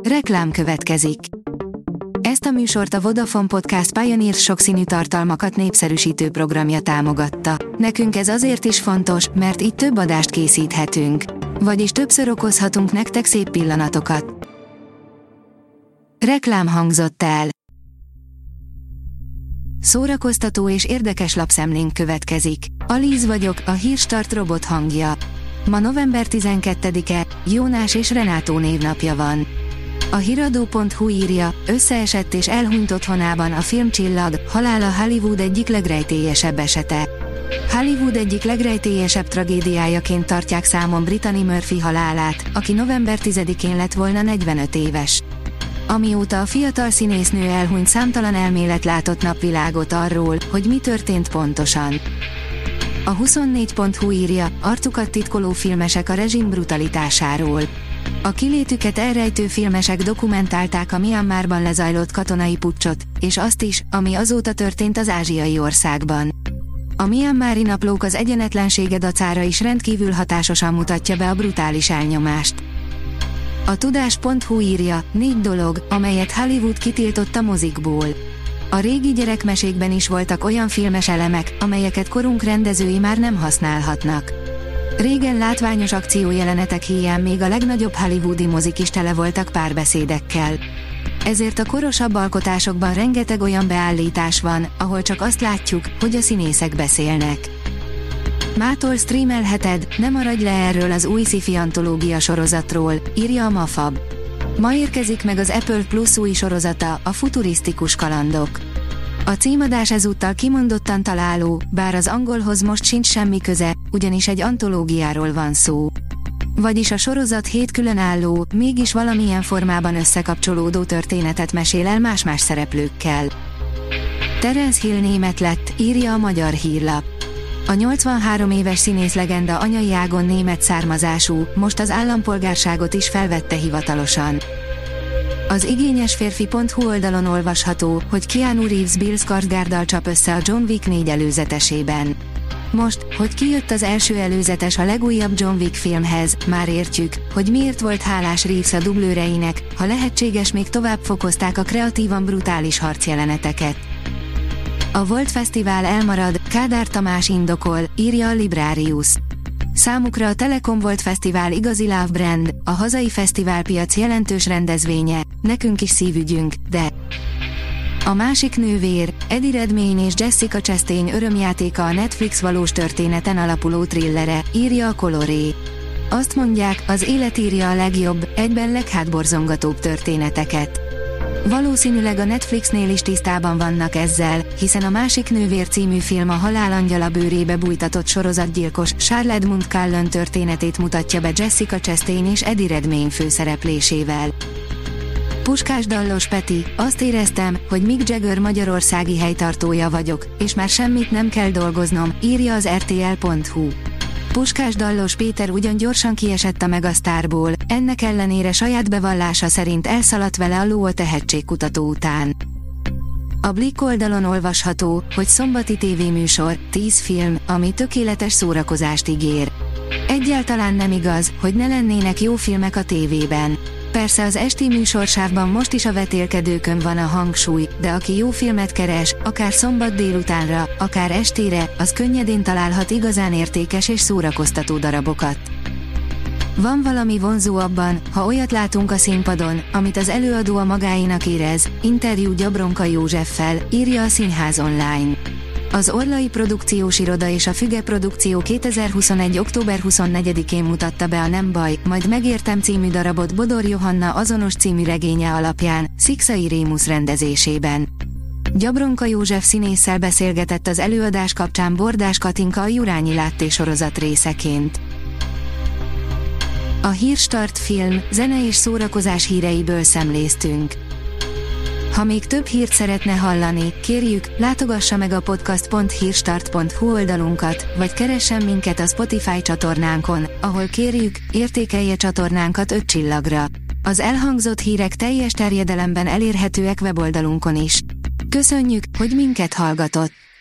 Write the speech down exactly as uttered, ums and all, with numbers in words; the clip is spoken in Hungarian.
Reklám következik. Ezt a műsort a Vodafone Podcast Pioneer sokszínű tartalmakat népszerűsítő programja támogatta. Nekünk ez azért is fontos, mert így több adást készíthetünk. Vagyis többször okozhatunk nektek szép pillanatokat. Reklám hangzott el. Szórakoztató és érdekes lapszemlénk következik. Alíz vagyok, a Hírstart robot hangja. Ma november tizenkettedike, Jónás és Renátó névnapja van. A hiradó pont hu írja, összeesett és elhunyt otthonában a filmcsillag, halála Hollywood egyik legrejtélyesebb esete. Hollywood egyik legrejtélyesebb tragédiájaként tartják számon Brittany Murphy halálát, aki november tizedikén lett volna negyvenöt éves. Amióta a fiatal színésznő elhunyt, számtalan elmélet látott napvilágot arról, hogy mi történt pontosan. A huszonnégy pont hu írja, arcukat titkoló filmesek a rezsim brutalitásáról. A kilétüket elrejtő filmesek dokumentálták a Myanmarban lezajlott katonai puccsot, és azt is, ami azóta történt az ázsiai országban. A myanmari naplók az egyenetlensége dacára is rendkívül hatásosan mutatja be a brutális elnyomást. A tudás pont hu írja, négy dolog, amelyet Hollywood kitiltott a mozikból. A régi gyerekmesékben is voltak olyan filmes elemek, amelyeket korunk rendezői már nem használhatnak. Régen látványos akciójelenetek híján még a legnagyobb hollywoodi mozik is tele voltak párbeszédekkel. Ezért a korosabb alkotásokban rengeteg olyan beállítás van, ahol csak azt látjuk, hogy a színészek beszélnek. Mától streamelheted, ne maradj le erről az új sci-fi antológia sorozatról, írja a Mafab. Ma érkezik meg az Apple Plus új sorozata, a futurisztikus kalandok. A címadás ezúttal kimondottan találó, bár az angolhoz most sincs semmi köze, ugyanis egy antológiáról van szó. Vagyis a sorozat hét különálló, mégis valamilyen formában összekapcsolódó történetet mesél el más-más szereplőkkel. Terence Hill német lett, írja a Magyar Hírlap. A nyolcvanhárom éves színészlegenda anyai ágon német származású, most az állampolgárságot is felvette hivatalosan. Az igényesférfi pont hu oldalon olvasható, hogy Keanu Reeves Bill Skarsgårddal csap össze a John Wick négy előzetesében. Most, hogy kijött az első előzetes a legújabb John Wick filmhez, már értjük, hogy miért volt hálás Reeves a dublőreinek, ha lehetséges még tovább fokozták a kreatívan brutális harcjeleneteket. A Volt Fesztivál elmarad, Kádár Tamás indokol, írja a Librarius. Számukra a Telekom Volt Fesztivál igazi love brand, a hazai fesztiválpiac jelentős rendezvénye, nekünk is szívügyünk, de... A másik nővér, Eddie Redmayne és Jessica Chastain örömjátéka a Netflix valós történeten alapuló thrillere, írja a Coloré. Azt mondják, az élet írja a legjobb, egyben leghátborzongatóbb történeteket. Valószínűleg a Netflixnél is tisztában vannak ezzel, hiszen a Másik nővér című film a halálangyala bőrébe bújtatott sorozatgyilkos Charles Edmund Cullen történetét mutatja be Jessica Chastain és Eddie Redmayne főszereplésével. Puskás Dallos Peti, azt éreztem, hogy Mick Jagger magyarországi helytartója vagyok, és már semmit nem kell dolgoznom, írja az er té el pont hu. Puskás Dallos Péter ugyan gyorsan kiesett a megasztárból, ennek ellenére saját bevallása szerint elszaladt vele a ló a tehetségkutató után. A Blick oldalon olvasható, hogy szombati tévéműsor, tíz film, ami tökéletes szórakozást ígér. Egyáltalán nem igaz, hogy ne lennének jó filmek a tévében. Persze az esti műsorsávban most is a vetélkedőkön van a hangsúly, de aki jó filmet keres, akár szombat délutánra, akár estére, az könnyedén találhat igazán értékes és szórakoztató darabokat. Van valami vonzó abban, ha olyat látunk a színpadon, amit az előadó a magáénak érez, interjú Gyabronka Józseffel, írja a Színház online. Az Orlai Produkciós Iroda és a Füge Produkció kétezer-huszonegy. október huszonnegyedikén mutatta be a Nem baj, majd megértem című darabot Bodor Johanna azonos című regénye alapján, Szikszai Rémusz rendezésében. Gyabronka József színésszel beszélgetett az előadás kapcsán Bordás Katinka a Jurányi Látté sorozat részeként. A Hírstart film, zene és szórakozás híreiből szemléztünk. Ha még több hírt szeretne hallani, kérjük, látogassa meg a podcast pont hírstart pont hu oldalunkat, vagy keressen minket a Spotify csatornánkon, ahol kérjük, értékelje csatornánkat öt csillagra. Az elhangzott hírek teljes terjedelemben elérhetőek weboldalunkon is. Köszönjük, hogy minket hallgatott!